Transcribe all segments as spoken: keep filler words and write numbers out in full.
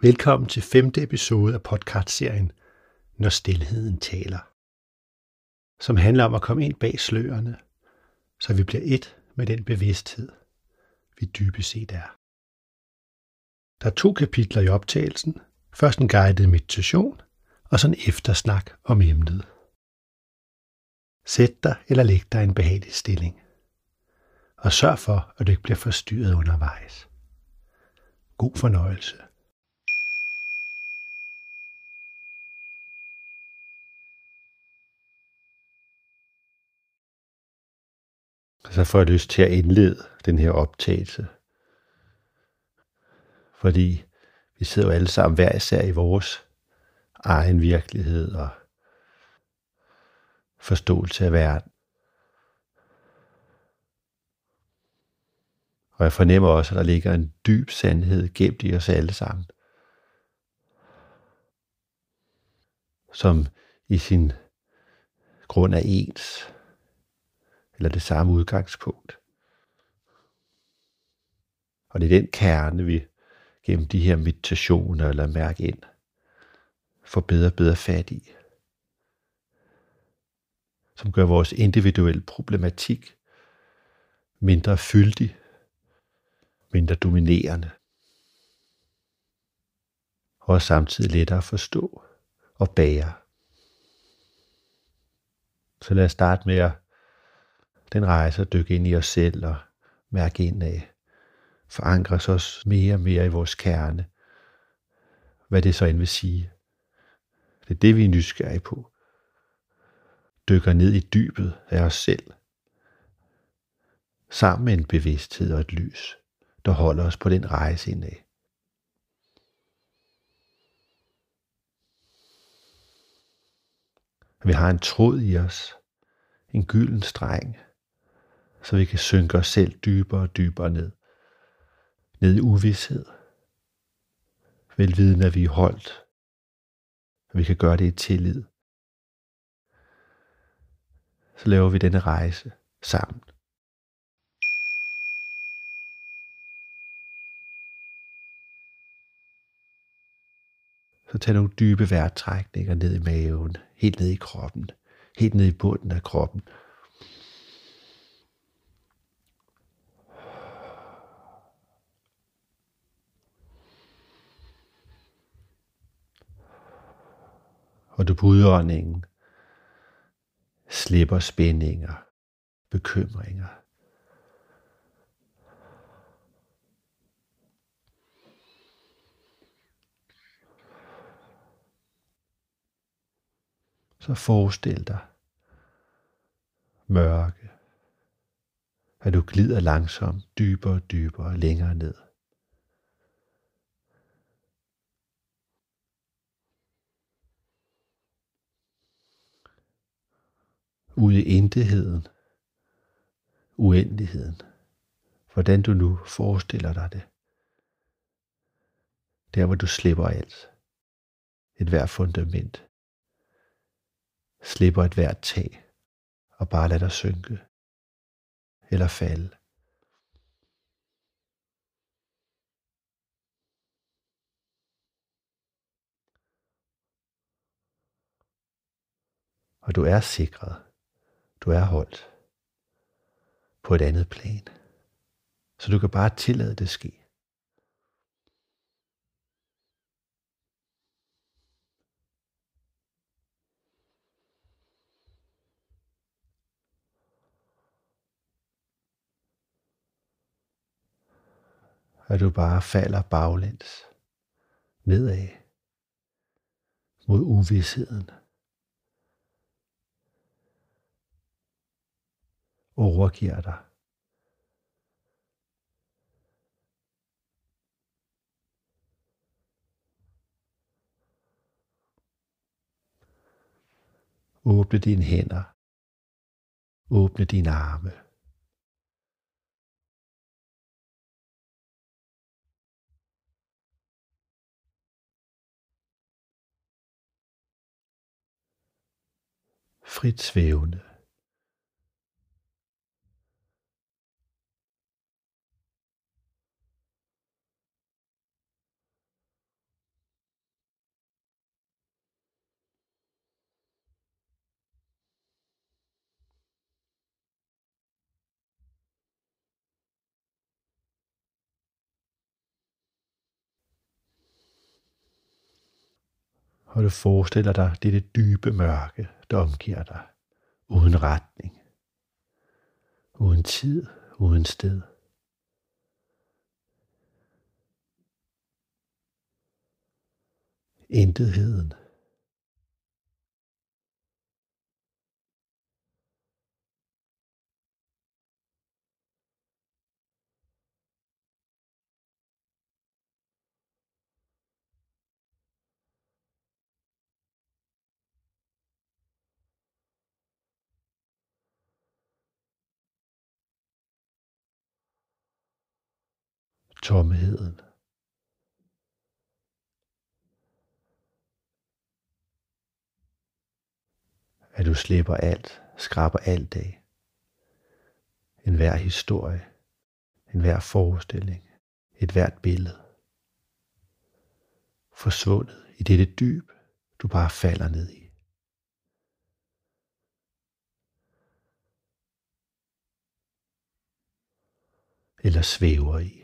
Velkommen til femte episode af podcastserien Når stilheden taler, som handler om at komme ind bag slørene, så vi bliver et med den bevidsthed, vi dybest set er. Der er to kapitler i optagelsen. Først en guided meditation, og så en eftersnak om emnet. Sæt dig eller læg dig i en behagelig stilling, og sørg for, at du ikke bliver forstyrret undervejs. God fornøjelse. Så får jeg lyst til at indlede den her optagelse. Fordi vi sidder jo alle sammen hver især i vores egen virkelighed og forståelse af verden. Og jeg fornemmer også, at der ligger en dyb sandhed gemt i os alle sammen. Som i sin grund er ens. Eller det samme udgangspunkt. Og det er den kerne, vi gennem de her meditationer eller mærke ind, får bedre og bedre fat i. Som gør vores individuelle problematik mindre fyldig, mindre dominerende. Og samtidig lettere at forstå og bære. Så lad os starte med at den rejse at dykke ind i os selv og mærke ind af. Forankres os mere og mere i vores kerne. Hvad det så end vil sige. Det er det, vi er nysgerrige på. Dykker ned i dybet af os selv. Sammen med en bevidsthed og et lys, der holder os på den rejse indad. Vi har en tråd i os. En gylden streng. Så vi kan synke os selv dybere og dybere ned. Ned i uvished. Velvidende at vi er holdt. Og vi kan gøre det i tillid. Så laver vi denne rejse sammen. Så tag nogle dybe vejrtrækninger ned i maven, helt ned i kroppen, helt ned i bunden af kroppen. Og du på udåndingen slipper spændinger, bekymringer. Så forestil dig mørke, at du glider langsomt dybere og dybere længere ned. Ud i intetheden, uendeligheden, hvordan du nu forestiller dig det. Der hvor du slipper alt, et hvert fundament, slipper et hvert tag, og bare lader dig synke, eller falde. Og du er sikret, du er holdt på et andet plan, så du kan bare tillade det ske. At du bare falder baglæns, nedad, mod uvisheden. Overgiver dig. Åbne dine hænder. Åbne dine arme. Frit svævende. Og du forestiller dig dette dybe mørke, der omgiver dig, uden retning, uden tid, uden sted. Intetheden. Tomheden. At du slipper alt, skraber alt af. En hver historie, en hver forestilling, et hvert billede. Forsvundet i dette dyb, du bare falder ned i. Eller svæver i.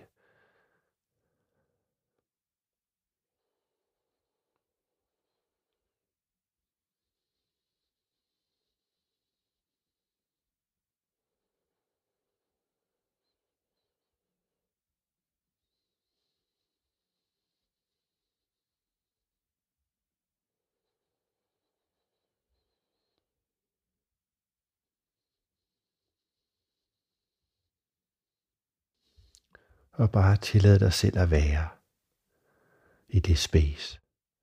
Og bare tillade dig selv at være i det space.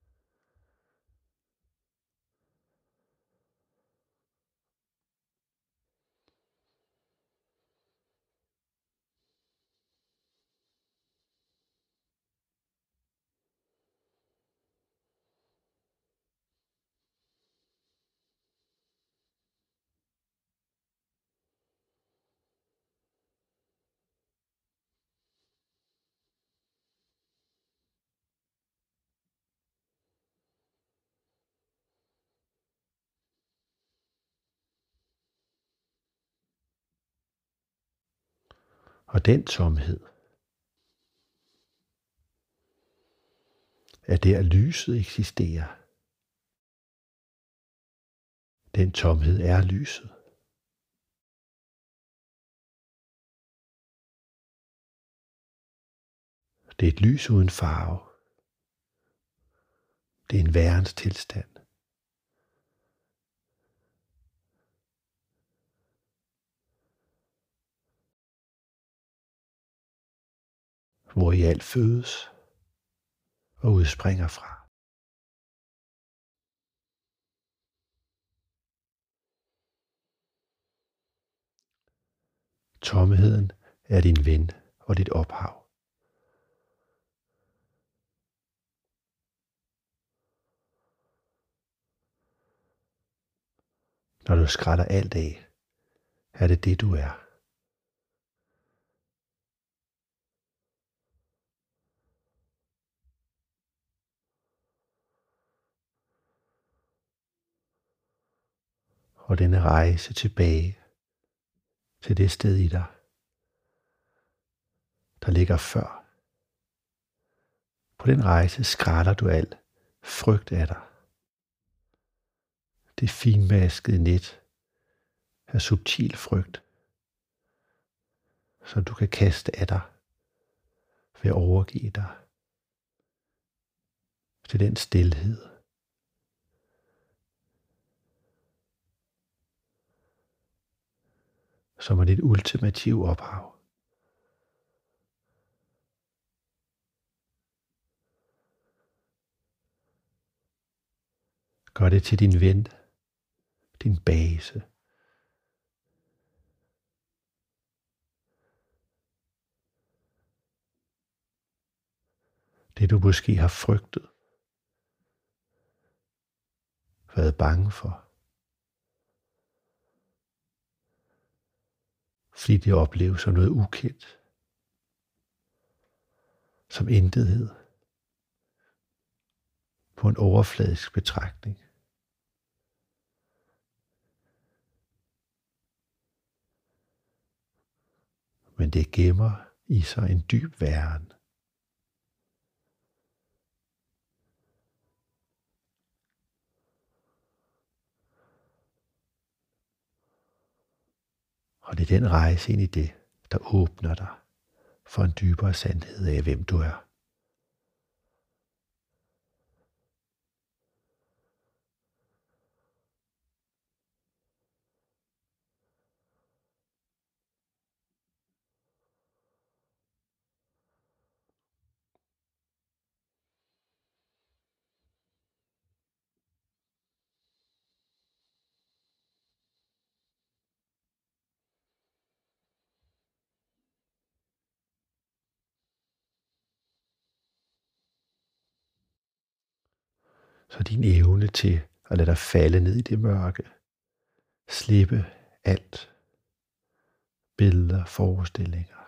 Og den tomhed er der lyset eksisterer. Den tomhed er lyset. Det er et lys uden farve. Det er en værens tilstand. Hvor i alt fødes og udspringer fra. Tomheden er din ven og dit ophav. Når du skræller alt af, er det det du er. Og denne rejse tilbage til det sted i dig, der ligger før. På den rejse skræller du al frygt af dig. Det finmaskede net af subtil frygt, som du kan kaste af dig ved at overgive dig til den stilhed, som er dit ultimative ophav. Gør det til din ven, din base. Det du måske har frygtet, været bange for, fordi det opleves som noget ukendt, som intethed, på en overfladisk betragtning. Men det gemmer i sig en dyb væren. Og det er den rejse ind i det, der åbner dig for en dybere sandhed af, hvem du er. Så din evne til at lade dig falde ned i det mørke, slippe alt, billeder, forestillinger,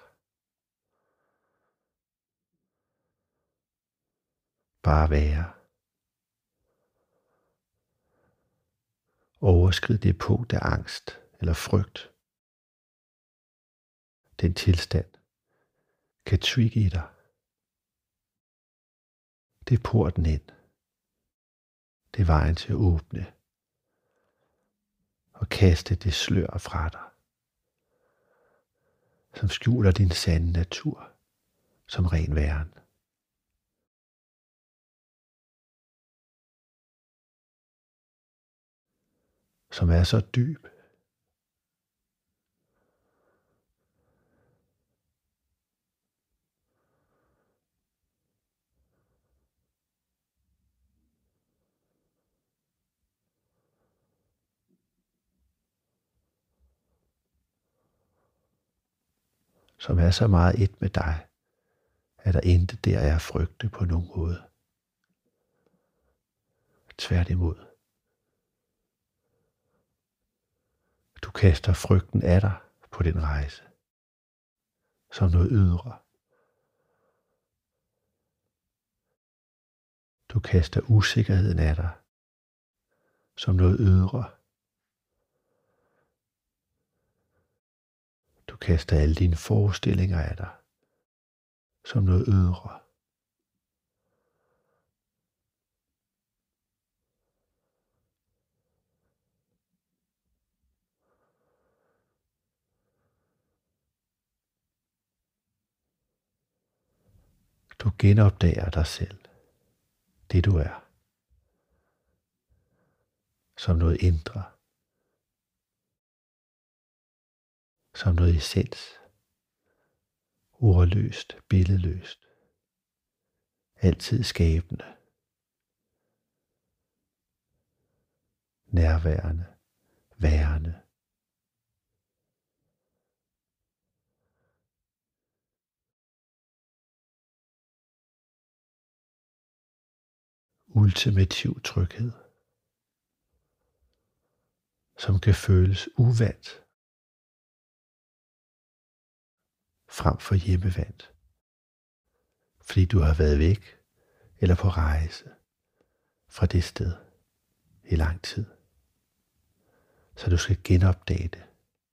bare være, overskrid det punkt af angst eller frygt. Den tilstand kan trigge i dig. Det er porten ind. Det er vejen til at åbne og kaste det slør fra dig, som skjuler din sande natur som ren væren. Som er så dyb, som er så meget et med dig, at der intet der er at frygte på nogen måde. Tværtimod. Du kaster frygten af dig på den rejse, som noget ydre. Du kaster usikkerheden af dig, som noget ydre. Du kaster alle dine forestillinger af dig, som noget ydre. Du genopdager dig selv, det du er, som noget indre, som noget essens, ordløst, billedløst, altid skabende, nærværende, værende. Ultimativ tryghed, som kan føles uvant frem for hjemmevant, fordi du har været væk eller på rejse fra det sted i lang tid. Så du skal genopdage det.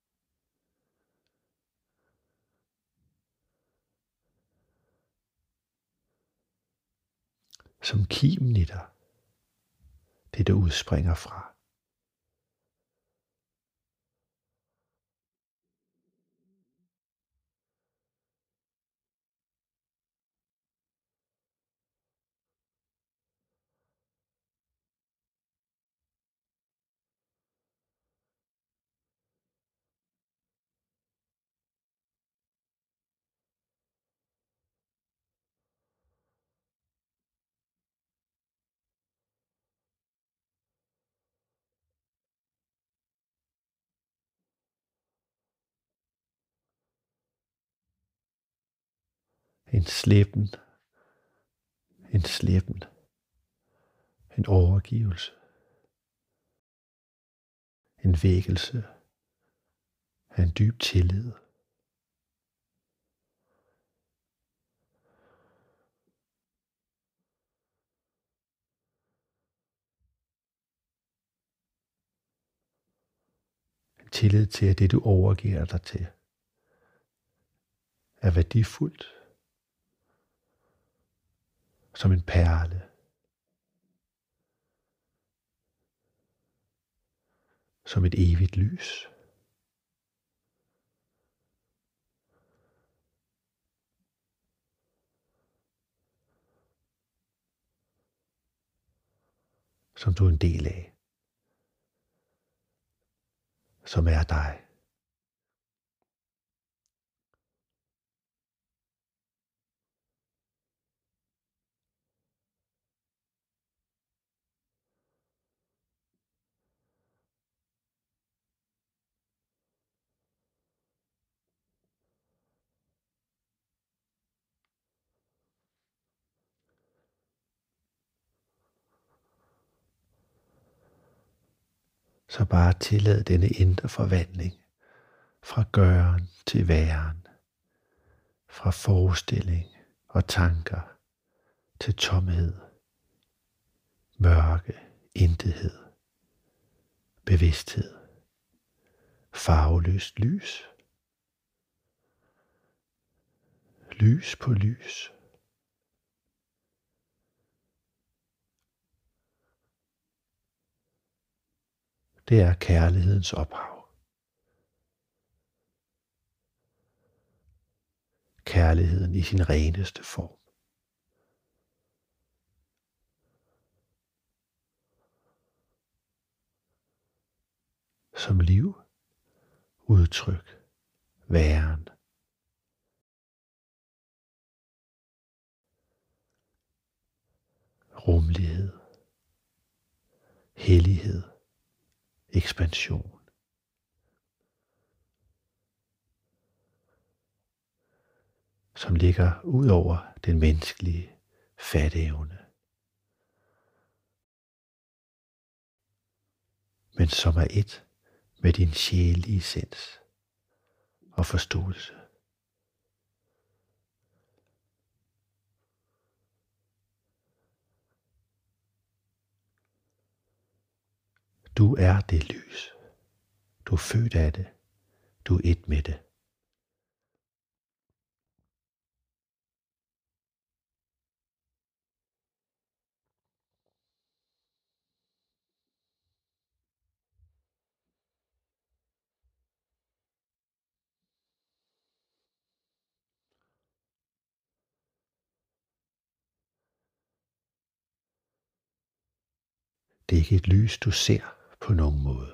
Som kimen i dig, det der udspringer fra. En slippen, en slippen, en overgivelse, en vækkelse af en dyb tillid. En tillid til, at det du overgiver dig til, er værdifuldt, som en perle, som et evigt lys. som du er en del af, som er dig. Så bare tillad denne indre forvandling fra gøren til væren, fra forestilling og tanker til tomhed, mørke, intethed, bevidsthed, farveløst lys, lys på lys. Det er kærlighedens ophav. Kærligheden i sin reneste form. Som liv, udtryk, væren. Rumlighed, hellighed, ekspansion. Som ligger ud over den menneskelige fatteevne, men som er et med din sjælelige essens og forståelse. Du er det lys. Du er født af det. Du er et med det. Det er ikke et lys, du ser på nogen måde.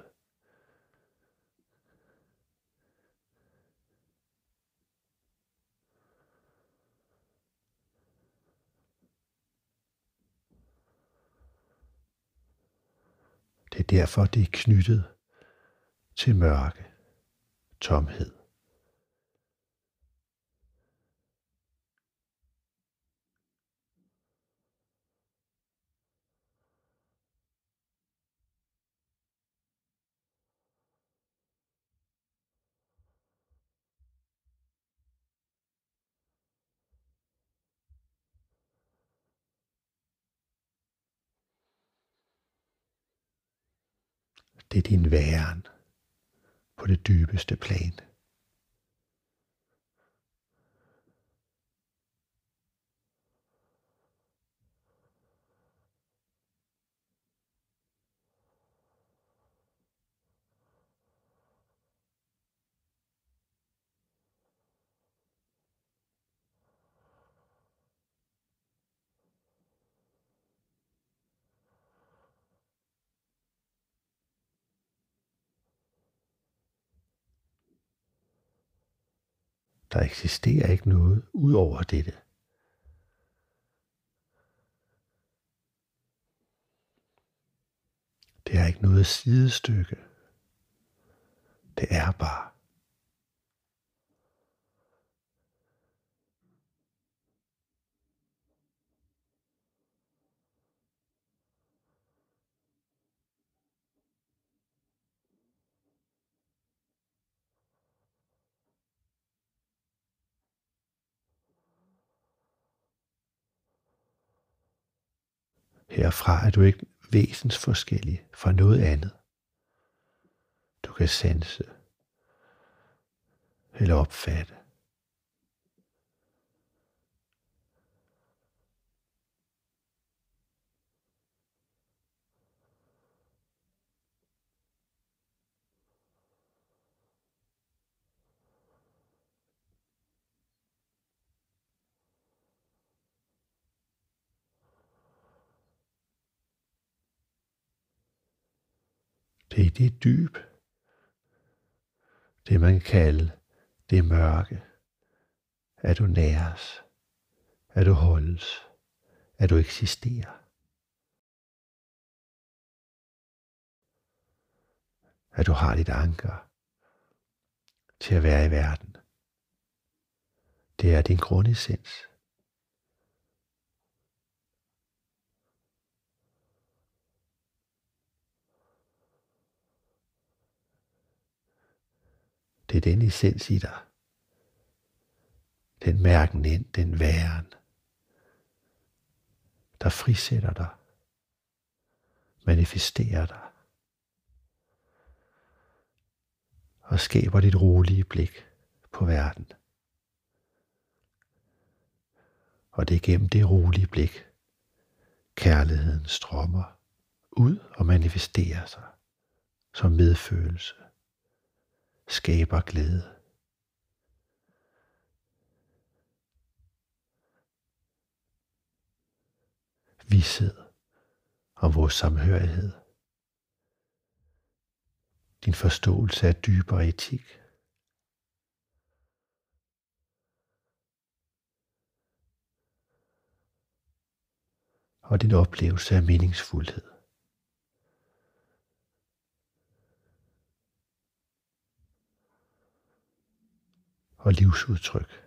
Det er derfor, det er knyttet til mørke, tomhed. Det er din væren på det dybeste plan. Der eksisterer ikke noget ud over dette. Det er ikke noget sidestykke. Det er bare. Herfra er du ikke væsensforskellig fra noget andet. Du kan sanse eller opfatte. Det er i det dyb, det man kan kalde det mørke, at du næres, at du holdes, at du eksisterer. At du har dit anker til at være i verden. Det er din grundessens. Det er den essens i dig. Den mærken ind, den væren, der frisætter dig, manifesterer dig og skaber dit rolige blik på verden. Og det er gennem det rolige blik, kærligheden strømmer ud og manifesterer sig som medfølelse, skaber glæde. Vished om vores samhørighed. Din forståelse af dybere etik. Og din oplevelse af meningsfuldhed. Og livsudtryk.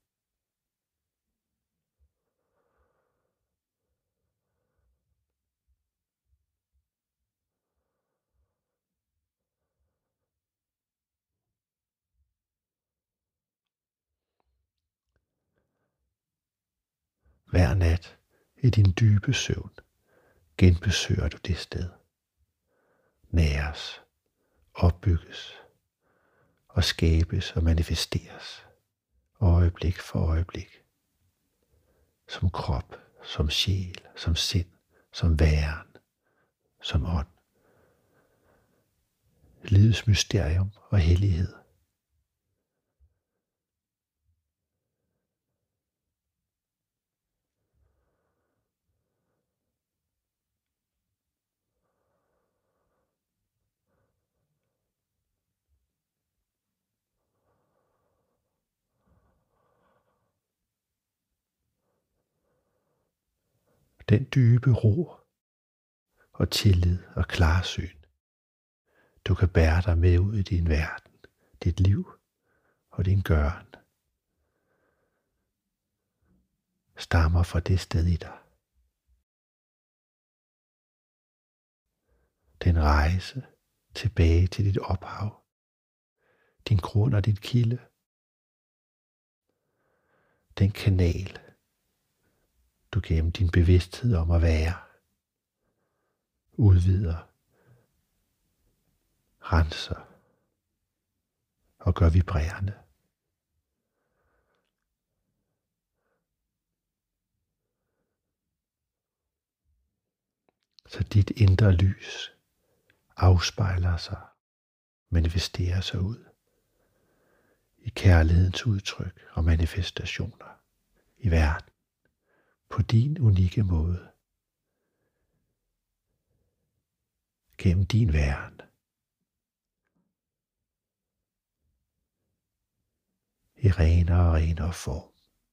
Hver nat i din dybe søvn genbesøger du det sted. Næres, opbygges og skabes og manifesteres øjeblik for øjeblik. Som krop, som sjæl, som sind, som væren, som ånd. Livets mysterium og hellighed. Den dybe ro og tillid og klarsyn, du kan bære dig med ud i din verden, dit liv og din gøren, stammer fra det sted i dig. Den rejse tilbage til dit ophav, din grund og dit kilde, den kanal, du gennem din bevidsthed om at være, udvider, renser og gør vibrerende. Så dit indre lys afspejler sig, manifesterer sig ud i kærlighedens udtryk og manifestationer i verden på din unikke måde. Gennem din væren. I renere og renere form.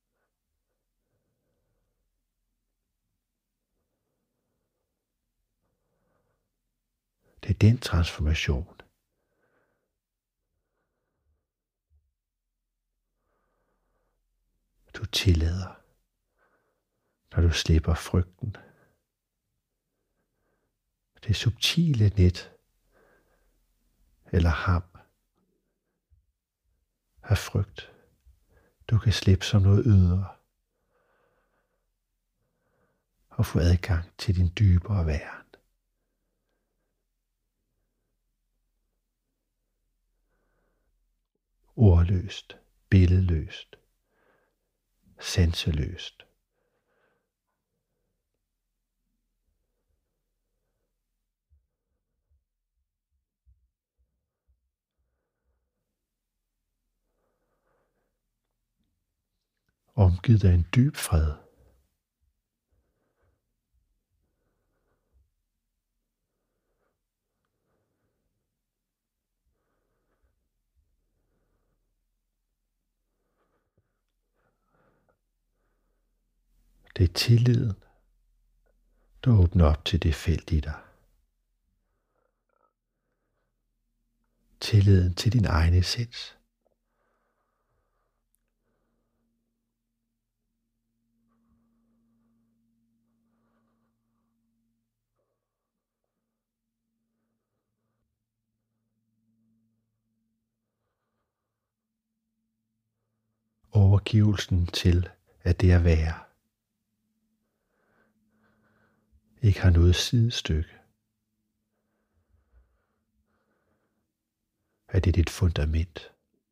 Det er den transformation, du tillader, når du slipper frygten. Det subtile net eller ham af frygt, du kan slippe som noget ydre og få adgang til din dybere væren. Ordløst, billedløst, sanseløst. Omgivet af en dyb fred. Det er tilliden, der åbner op til det felt i dig. Tilliden til din egen essens. Overgivelsen til, at det at være ikke har noget sidestykke. At det er dit fundament.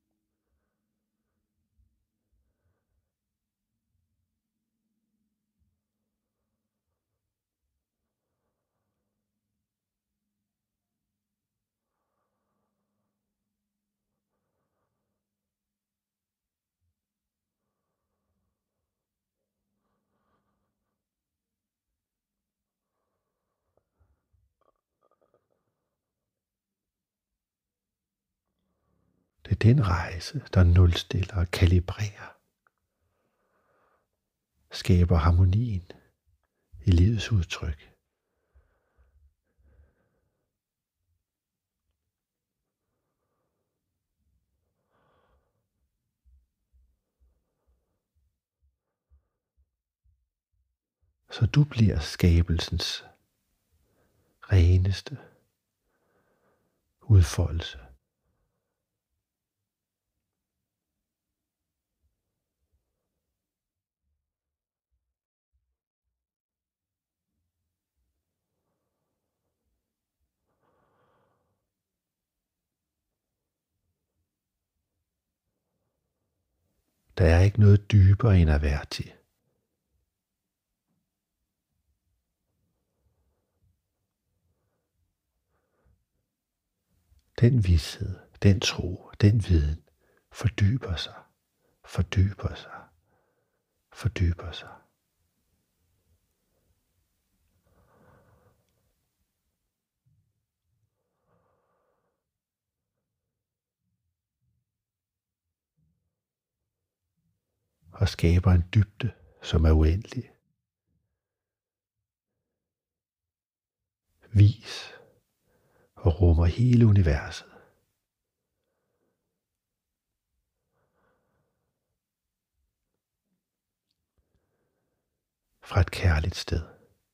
Det er den rejse, der nulstiller og kalibrerer. Skaber harmonien i livets udtryk. Så du bliver skabelsens reneste udfoldelse. Der er ikke noget dybere end at være til. Den vished, den tro, den viden fordyber sig, fordyber sig, fordyber sig. Og skaber en dybde, som er uendelig. Vis og rummer hele universet. Fra et kærligt sted.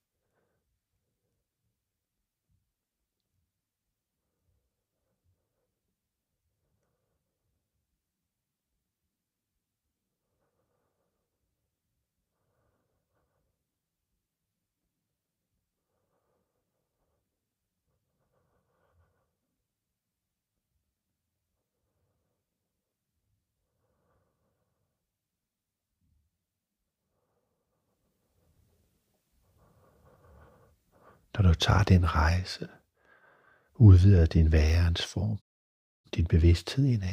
Når du tager den rejse, udvider din værens form, din bevidsthed indad.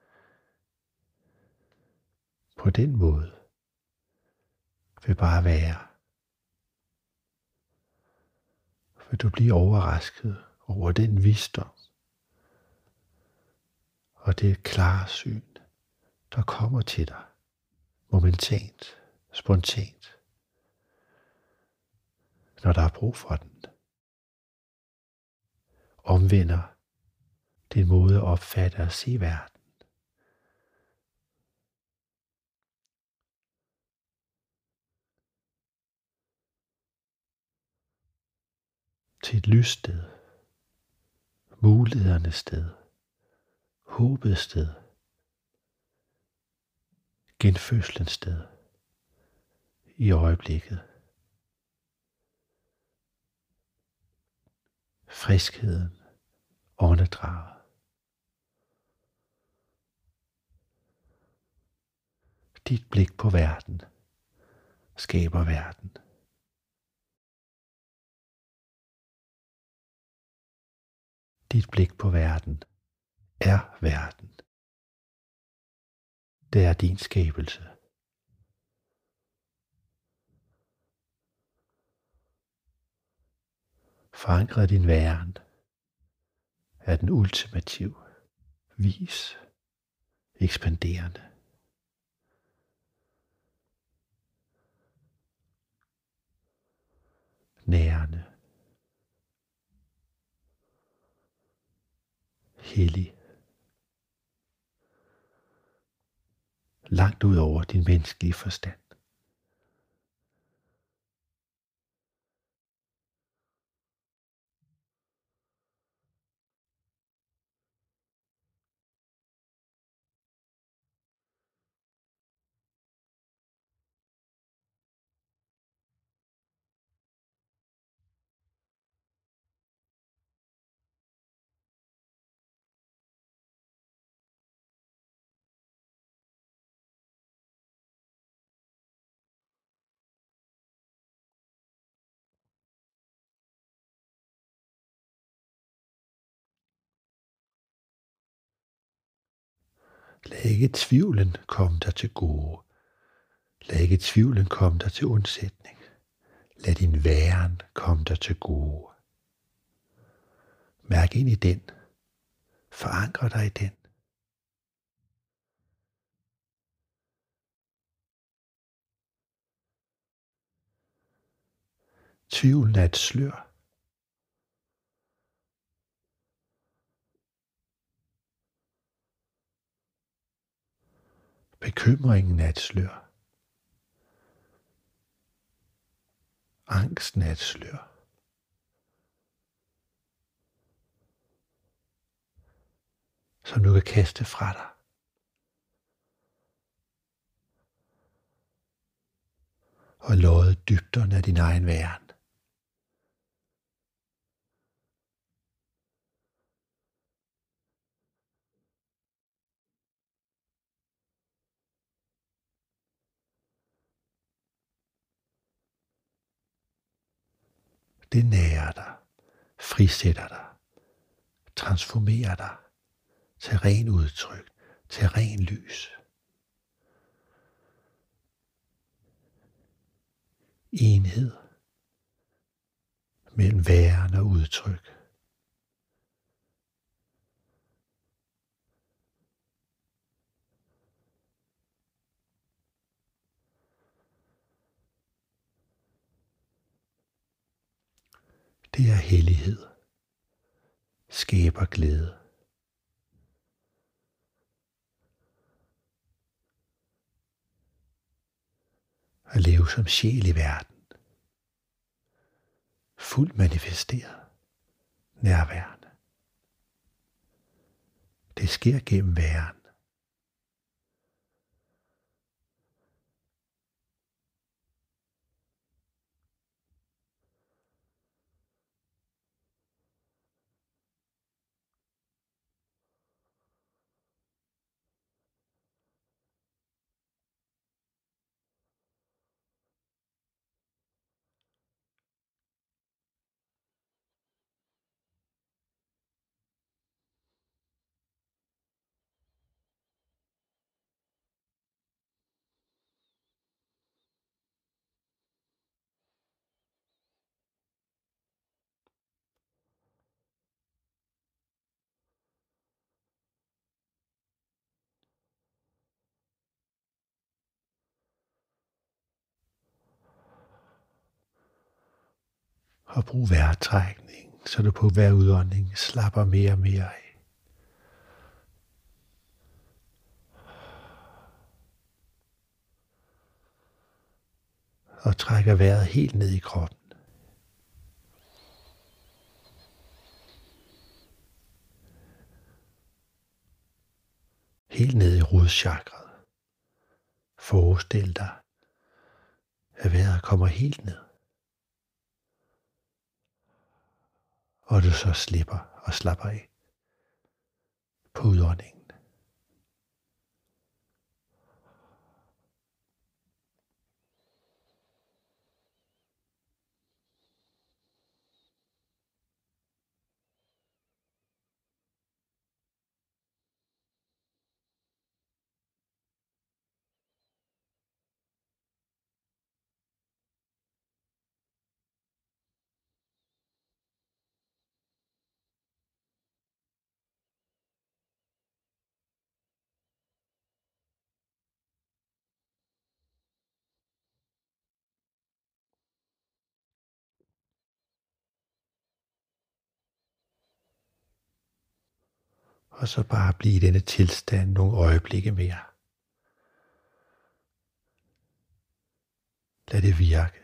På den måde vil bare være. Vil du blive overrasket over den visdom og det klare syn, der kommer til dig momentant, spontant, når der er brug for den. Omvender din måde at opfatte og se verden. Til et lyssted, mulighedernes sted, håbets sted, genfødslens sted i øjeblikket. Friskheden, åndedraget. Dit blik på verden skaber verden. Dit blik på verden er verden. Det er din skabelse. Forankret din væren er den ultimative, vis, ekspanderende. nærende, hellig, langt ud over din menneskelige forstand. Lad ikke tvivlen komme dig til gode. Lad ikke tvivlen komme dig til undsætning. Lad din væren komme dig til gode. Mærk ind i den. Forankre dig i den. Tvivlen er et slør. Bekymringen er et slør. Angsten er et slør. Som du kan kaste fra dig. Og lodde dybderne af din egen væren. Det nærer dig, frisætter dig, transformerer dig til ren udtryk, til ren lys. Enhed mellem væren og udtryk. Det er hellighed, skaber glæde. At leve som sjæl i verden. Fuldt manifesteret, nærværende. Det sker gennem væren. Og brug vejrtrækning, så du på hver udånding slapper mere og mere af. Og trækker vejret helt ned i kroppen. Helt ned i rodchakret. Forestil dig, at vejret kommer helt ned. Og du så slipper og slapper af på udåndingen. Og så bare blive i denne tilstand nogle øjeblikke mere. Lad det virke.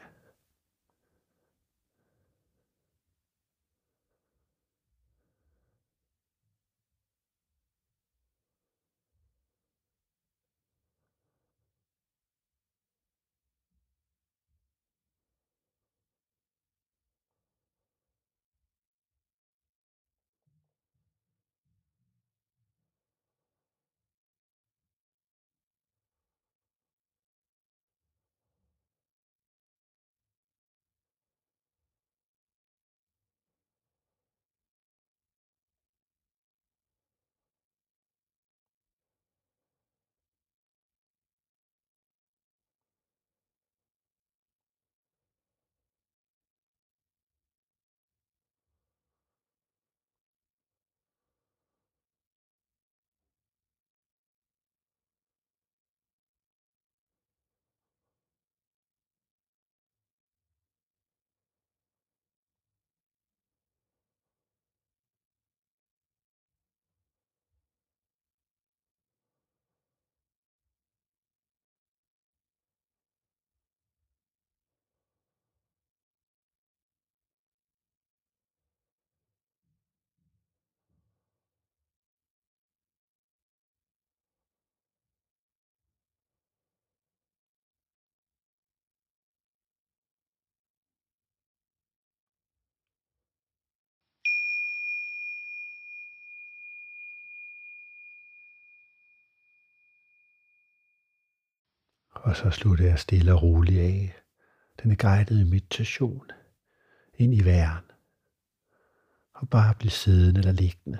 Og så slutter jeg stille og roligt af denne guidede meditation ind i væren. Og bare blive siddende eller liggende.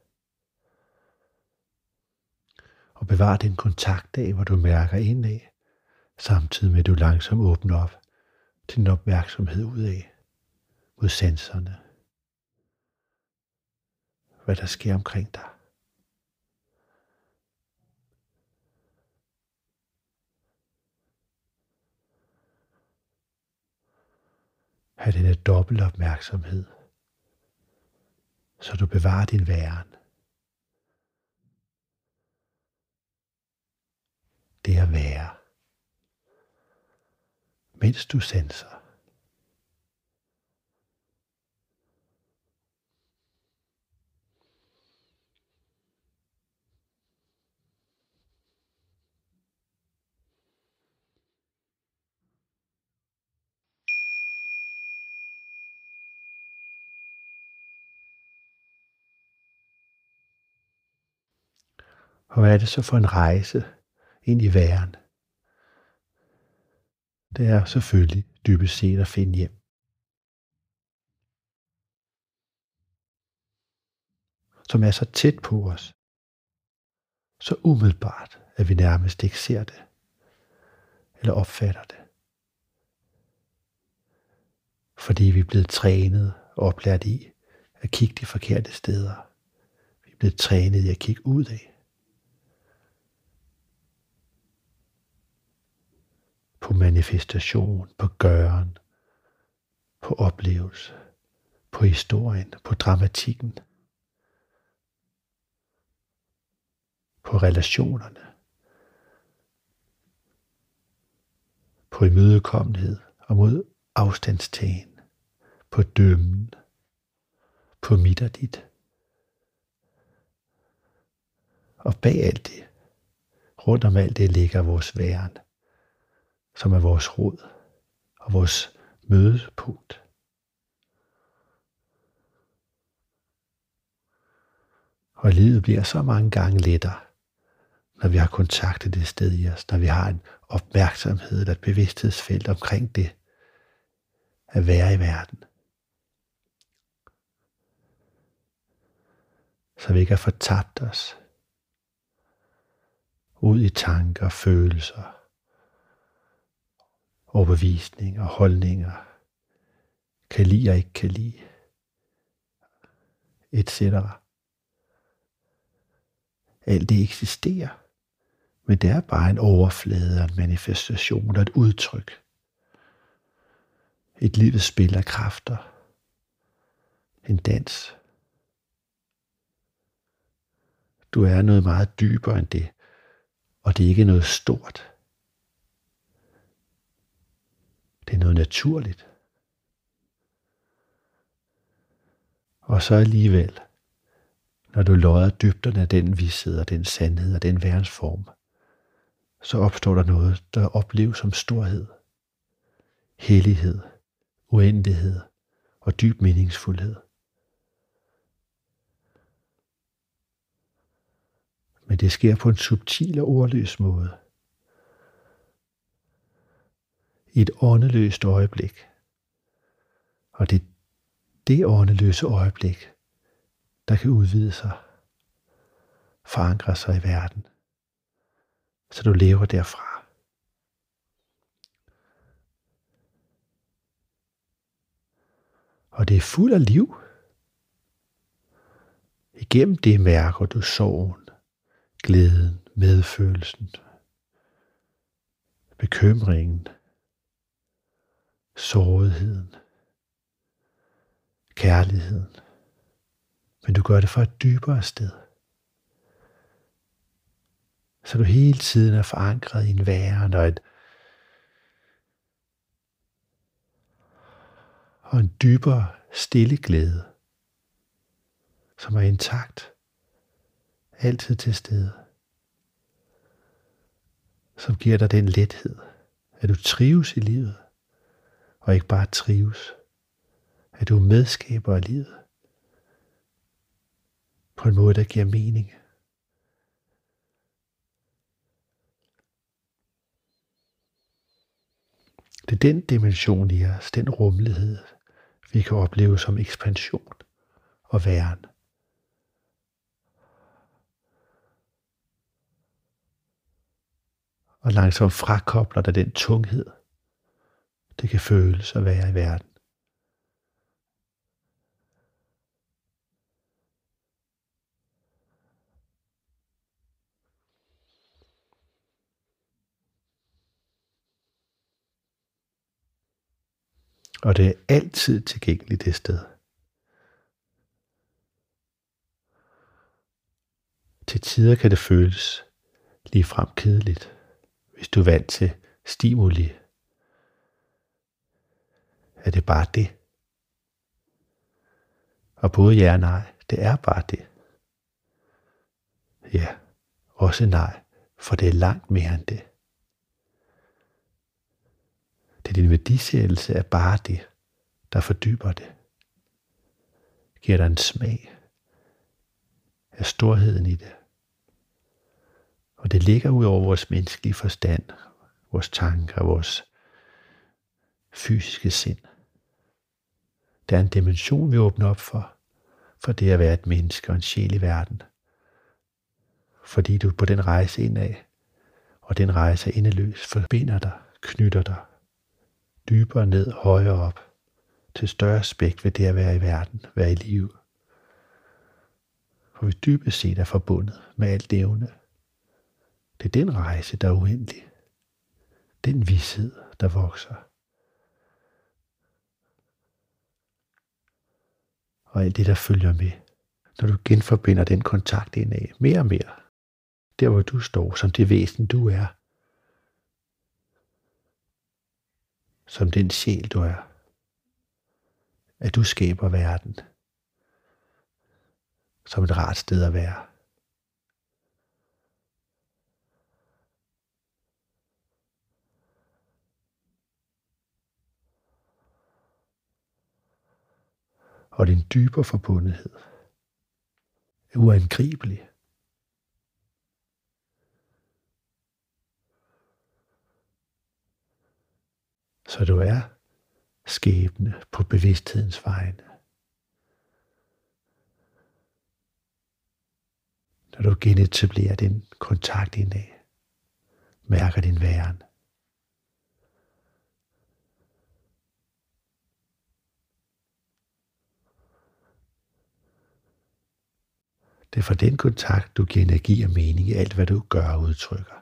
Og bevar den kontakt af, hvor du mærker indad, samtidig med at du langsomt åbner op til din opmærksomhed udad mod sanserne. Hvad der sker omkring dig. Ha' denne dobbelt opmærksomhed, så du bevarer din væren. Det at være, mens du sanser. Og hvad er det så for en rejse ind i væren? Det er selvfølgelig dybest set at finde hjem. Som er så tæt på os, så umiddelbart, at vi nærmest ikke ser det, eller opfatter det. Fordi vi er blevet trænet og oplært i at kigge de forkerte steder. Vi er blevet trænet i at kigge ud af. På manifestation, på gøren, på oplevelse, på historien, på dramatikken, på relationerne, på imødekommenhed og mod afstandstagen, på dømmen, på mit og dit. Og bag alt det, rundt om alt det, ligger vores væren, som er vores rod og vores mødepunkt. Og livet bliver så mange gange lettere, når vi har kontaktet det sted i os, når vi har en opmærksomhed eller et bevidsthedsfelt omkring det at være i verden. Så vi ikke har fortabt os ud i tanker, følelser, overbevisninger og holdninger, kan lide og ikke kan lide, et cetera. Alt det eksisterer, men det er bare en overflade og en manifestation og et udtryk. Et livets spil af kræfter. En dans. Du er noget meget dybere end det, og det er ikke noget stort. Det er noget naturligt. Og så alligevel, når du lodder dybderne af den vished og den sandhed og den værensform, så opstår der noget, der opleves som storhed, hellighed, uendelighed og dyb meningsfuldhed. Men det sker på en subtil og ordløs måde. I et åndeløst øjeblik. Og det er det åndeløse øjeblik, der kan udvide sig, forankre sig i verden, så du lever derfra. Og det er fuld af liv. Igennem det mærker du sorgen, glæden, medfølelsen, bekymringen, sårigheden, kærligheden. Men du gør det fra et dybere sted. Så du hele tiden er forankret i en væren og, et, og en dybere stille glæde, som er intakt, altid til stede, som giver dig den lethed, at du trives i livet, og ikke bare trives, at du medskaber af livet, på en måde, der giver mening. Det er den dimension i os, den rummelighed, vi kan opleve som ekspansion og væren. Og langsomt frakobler dig den tunghed, det kan føles at være i verden. Og det er altid tilgængeligt det sted. Til tider kan det føles ligefrem kedeligt, hvis du er vant til stimuli. Er det bare det? Og både ja og nej, det er bare det. Ja, også nej, for det er langt mere end det. Det er din værdisættelse af bare det, der fordyber det. Giver dig en smag af storheden i det. Og det ligger ud over vores menneskelige forstand, vores tanker, vores fysiske sind. Der er en dimension, vi åbner op for, for det at være et menneske og en sjæl i verden. Fordi du på den rejse indad, og den rejse er endeløs, forbinder dig, knytter dig, dybere ned, højere op, til større aspekt ved det at være i verden, være i live. For vi dybest set er forbundet med alt evne. Det er den rejse, der er uendelig. Den vished, der vokser. Og alt det, der følger med, når du genforbinder den kontakt indad, mere og mere, der hvor du står, som det væsen du er, som den sjæl du er, at du skaber verden som et rart sted at være. Og din dybere forbundethed er uangribelig. Så du er skæbne på bevidsthedens vegne. Når du genetablerer den kontakt indad, mærker din væren. Det er for den kontakt, du giver energi og mening i alt, hvad du gør og udtrykker.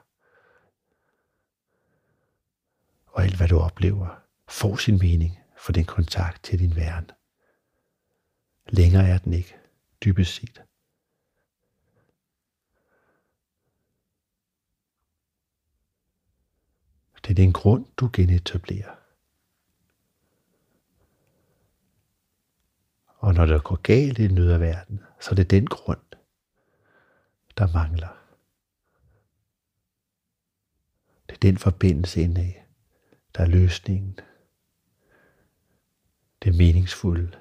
Og alt, hvad du oplever, får sin mening for den kontakt til din væren. Længere er den ikke, dybest set. Det er den grund, du genetablerer. Og når det går galt i den ydre verden, så er det den grund, der mangler. Det er den forbindelse indad, der er løsningen. Det er meningsfulde.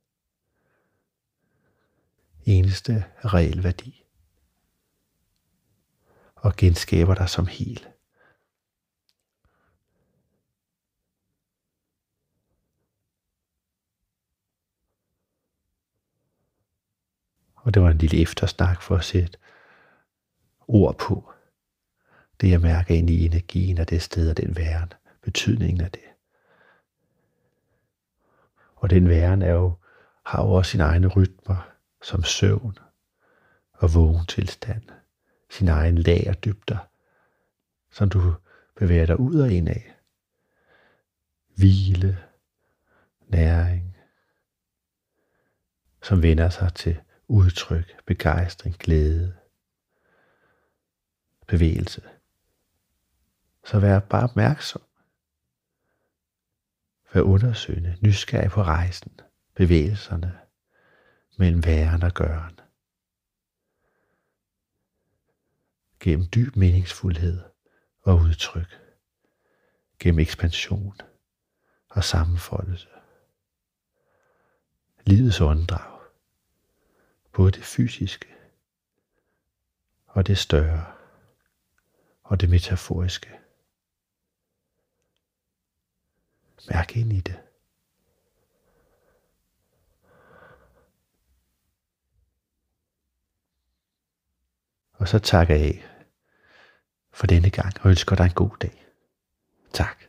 Eneste reel værdi. Og genskaber dig som hel. Og det var en lille eftersnak for at sætte ord på det, jeg mærker ind i energien af det sted og den væren, betydningen af det. Og den væren er jo, har jo også sine egne rytmer, som søvn og vågen tilstand, sine egne lagerdybder, som du bevæger dig ud og ind af. Hvile, næring, som vender sig til udtryk, begejstring, glæde, bevægelse. Så vær bare opmærksom. Vær undersøgende, nysgerrig på rejsen, bevægelserne mellem væren og gøren. Gennem dyb meningsfuldhed og udtryk. Gennem ekspansion og sammenfoldelse. Livets åndedrag. Både det fysiske og det større og det metaforiske. Mærk ind i det. Og så takker jeg af for denne gang og ønsker dig en god dag. Tak.